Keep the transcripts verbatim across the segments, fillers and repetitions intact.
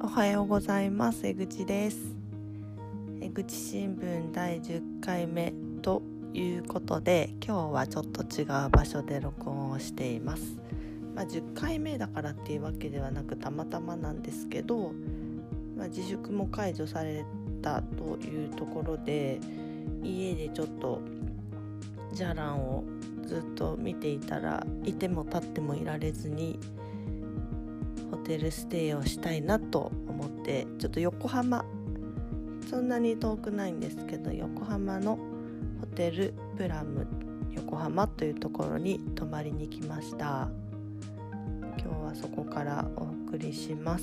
おはようございます。江口です。江口新聞だいじゅっかいめということで、今日はちょっと違う場所で録音をしています。まあ、じゅっかいめだからっていうわけではなく、たまたまなんですけど、まあ、自粛も解除されたというところで、家でちょっとじゃらんをずっと見ていたら、いても立ってもいられずにホテルステイをしたいなと思って、ちょっと横浜、そんなに遠くないんですけど、横浜のホテルプラム横浜というところに泊まりに来ました。今日はそこからお送りします。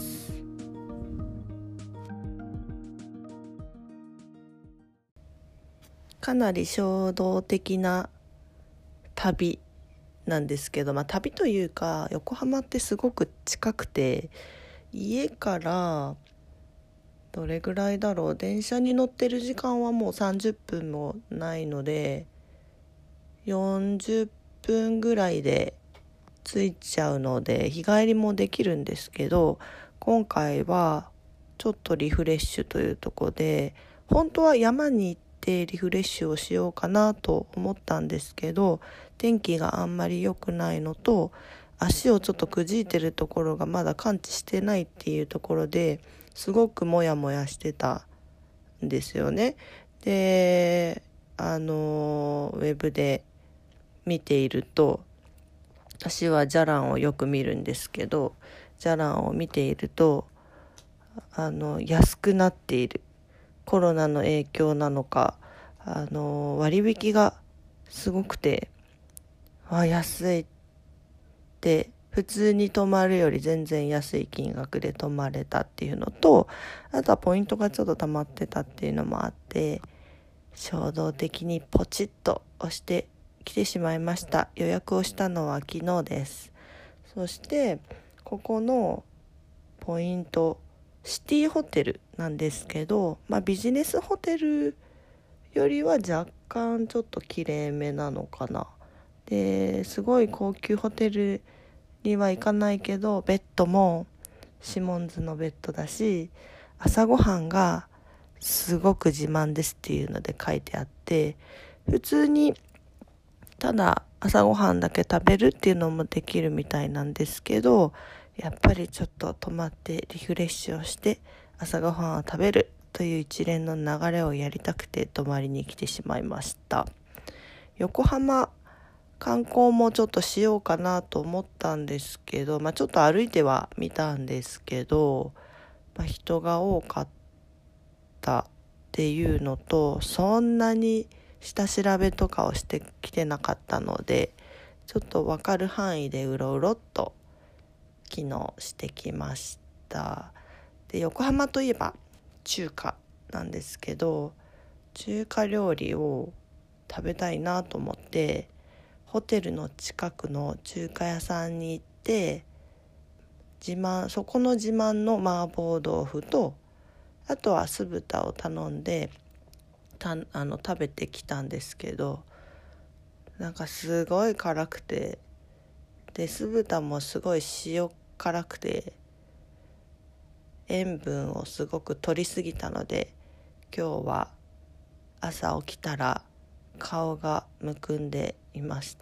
かなり衝動的な旅なんですけど、まあ、旅というか、横浜ってすごく近くて、家からどれぐらいだろう、電車に乗ってる時間はもうさんじゅっぷんもないので、よんじゅっぷんぐらいで着いちゃうので、日帰りもできるんですけど、今回はちょっとリフレッシュというところで、本当は山に行ってリフレッシュをしようかなと思ったんですけど、天気があんまり良くないのと、足をちょっとくじいてるところがまだ完治してないっていうところで、すごくモヤモヤしてたんですよね。で、あのウェブで見ていると、私はじゃらんをよく見るんですけど、じゃらんを見ていると、あの安くなっている、コロナの影響なのか、あの割引がすごくて、あ、安いって、普通に泊まるより全然安い金額で泊まれたっていうのと、あとはポイントがちょっと溜まってたっていうのもあって、衝動的にポチッと押して来てしまいました。予約をしたのは昨日です。そしてここのポイント、シティホテルなんですけど、まあ、ビジネスホテルよりは若干ちょっときれいめなのかな。ですごい高級ホテルには行かないけど、ベッドもシモンズのベッドだし、朝ごはんがすごく自慢ですっていうので書いてあって、普通にただ朝ごはんだけ食べるっていうのもできるみたいなんですけど、やっぱりちょっと泊まってリフレッシュをして朝ごはんを食べるという一連の流れをやりたくて泊まりに来てしまいました。横浜観光もちょっとしようかなと思ったんですけど、まあ、ちょっと歩いてはみたんですけど、まあ、人が多かったっていうのと、そんなに下調べとかをしてきてなかったので、ちょっと分かる範囲でうろうろっと昨日してきました。で、横浜といえば中華なんですけど、中華料理を食べたいなと思って、ホテルの近くの中華屋さんに行って、自慢そこの自慢の麻婆豆腐と、あとは酢豚を頼んでたあの食べてきたんですけど、なんかすごい辛くて、で酢豚もすごい塩辛くて、塩分をすごく取りすぎたので、今日は朝起きたら顔がむくんでいました。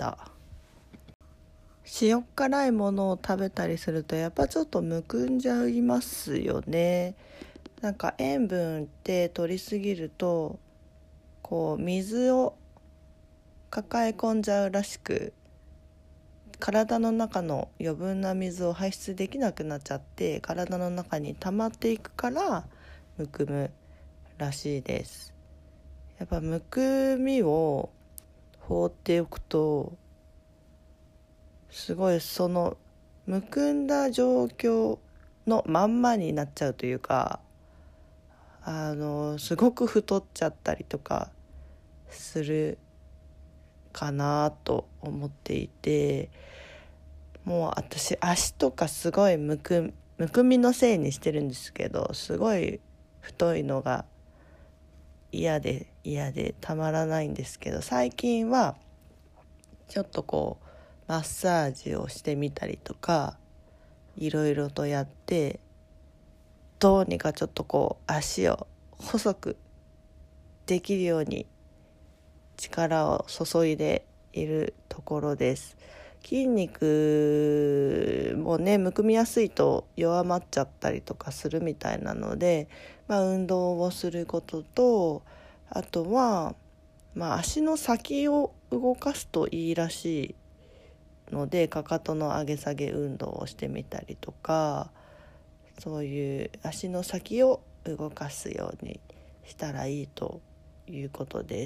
塩辛いものを食べたりするとやっぱちょっとむくんじゃいますよね。なんか塩分って取りすぎると、こう水を抱え込んじゃうらしく、体の中の余分な水を排出できなくなっちゃって、体の中に溜まっていくからむくむらしいです。やっぱむくみを放っておくと、すごいそのむくんだ状況のまんまになっちゃうというか、あのすごく太っちゃったりとかするかなと思っていて、もう私足とかすごいむくむくみのせいにしてるんですけど、すごい太いのが嫌で嫌でたまらないんですけど、最近はちょっとこうマッサージをしてみたりとかいろいろとやって、 どうにかちょっとこう足を細くできるように力を注いでいるところです。筋肉もねむくみやすいと弱まっちゃったりとかするみたいなので、まあ、運動をすることと、あとは、まあ、足の先を動かすといいらしいので、かかとの上げ下げ運動をしてみたりとか、そういう足の先を動かすようにしたらいいということです。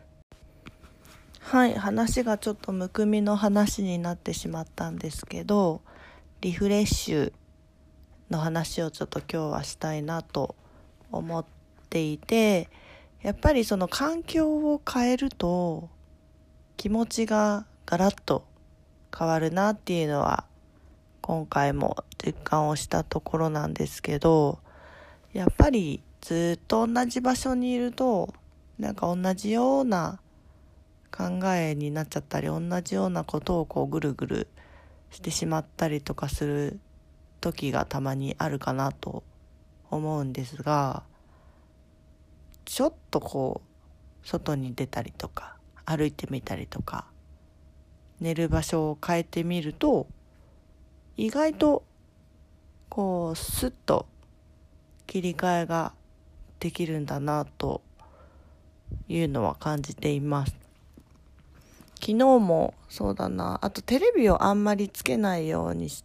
はい、話がちょっとむくみの話になってしまったんですけど、リフレッシュの話をちょっと今日はしたいなと思っていて、やっぱりその環境を変えると気持ちがガラッと変わるなっていうのは今回も実感をしたところなんですけど、やっぱりずっと同じ場所にいるとなんか同じような考えになっちゃったり、同じようなことをこうぐるぐるしてしまったりとかする時がたまにあるかなと思うんですが、ちょっとこう外に出たりとか歩いてみたりとか寝る場所を変えてみると、意外とこうスッと切り替えができるんだなというのは感じています。昨日もそうだな、あとテレビをあんまりつけないようにして、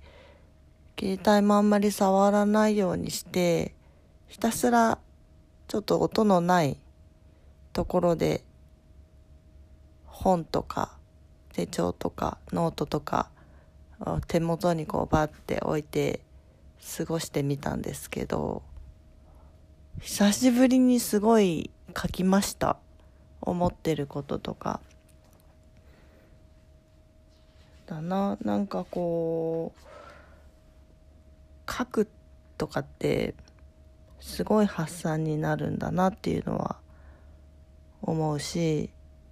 携帯もあんまり触らないようにして、ひたすらちょっと音のないところで本とか手帳とかノートとか手元にこうバッて置いて過ごしてみたんですけど、久しぶりにすごい書きました。思ってることとかだな。なんかこう書くとかってすごい発散になるんだなっていうのは思うし、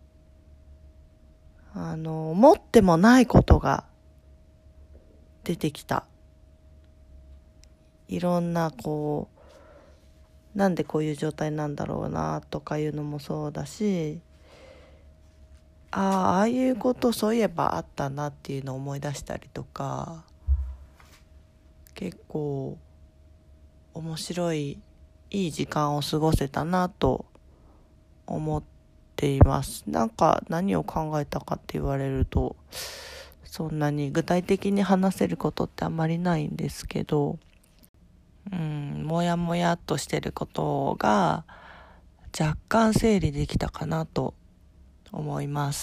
あの持ってもないことが出てきた。いろんなこうなんでこういう状態なんだろうなとかいうのもそうだし、ああああいうことそういえばあったなっていうのを思い出したりとか、結構面白いいい時間を過ごせたなと思っています。なんか何を考えたかって言われるとそんなに具体的に話せることってあんまりないんですけど、うんもやもやっとしてることが若干整理できたかなと思います。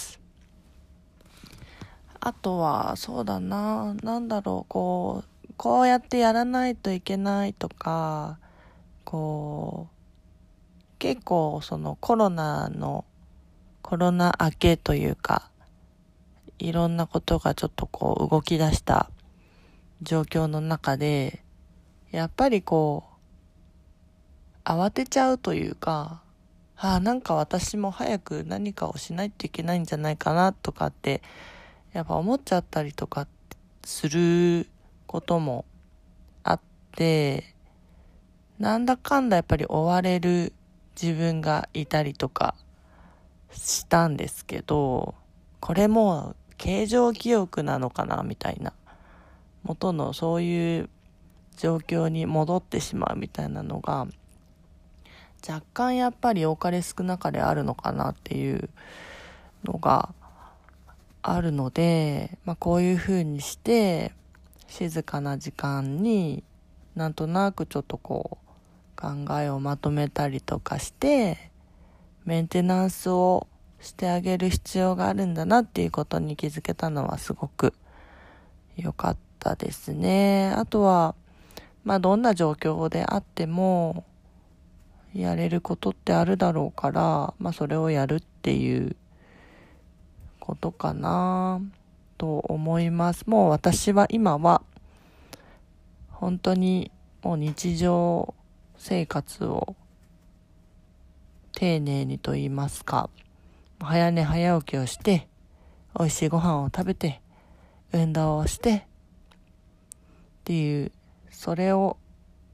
あとはそうだな、なんだろう、こうこうやってやらないといけないとか、こう結構そのコロナのコロナ明けというか、いろんなことがちょっとこう動き出した状況の中で、やっぱりこう慌てちゃうというか、ああなんか私も早く何かをしないといけないんじゃないかなとかってやっぱ思っちゃったりとかすることもあって、なんだかんだやっぱり追われる自分がいたりとかしたんですけど、これもう形状記憶なのかなみたいな、元のそういう状況に戻ってしまうみたいなのが若干やっぱり多かれ少なかれあるのかなっていうのがあるので、まあ、こういう風にして静かな時間になんとなくちょっとこう考えをまとめたりとかしてメンテナンスをしてあげる必要があるんだなっていうことに気づけたのはすごく良かったですね。あとはまあどんな状況であってもやれることってあるだろうから、まあそれをやるっていうことかなと思います。もう私は今は本当にもう日常生活を丁寧にと言いますか、早寝早起きをして美味しいご飯を食べて運動をしてっていう、それを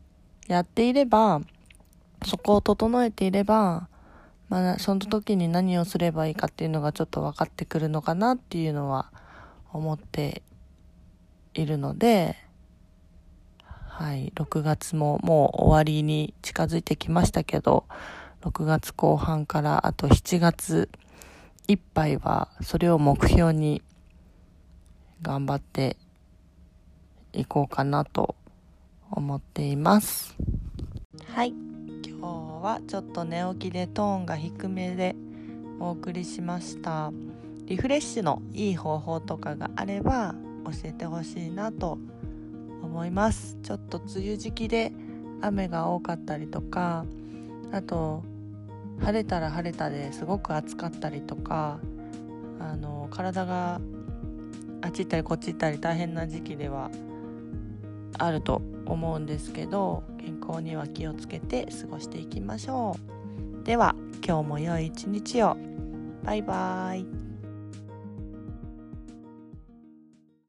やっていれば、そこを整えていれば、まあ、その時に何をすればいいかっていうのがちょっと分かってくるのかなっていうのは思っているので、はい、ろくがつももう終わりに近づいてきましたけど、ろくがつこう半からあとしちがついっぱいはそれを目標に頑張っていこうかなと思っています。はい、今日はちょっと寝起きでトーンが低めでお送りしました。リフレッシュのいい方法とかがあれば教えてほしいなと思います。ちょっと梅雨時期で雨が多かったりとか、あと晴れたら晴れたですごく暑かったりとか、あの体があっち行ったりこっち行ったり大変な時期ではあると思うんですけど、健康には気をつけて過ごしていきましょう。では今日も良い一日を。バイバイ。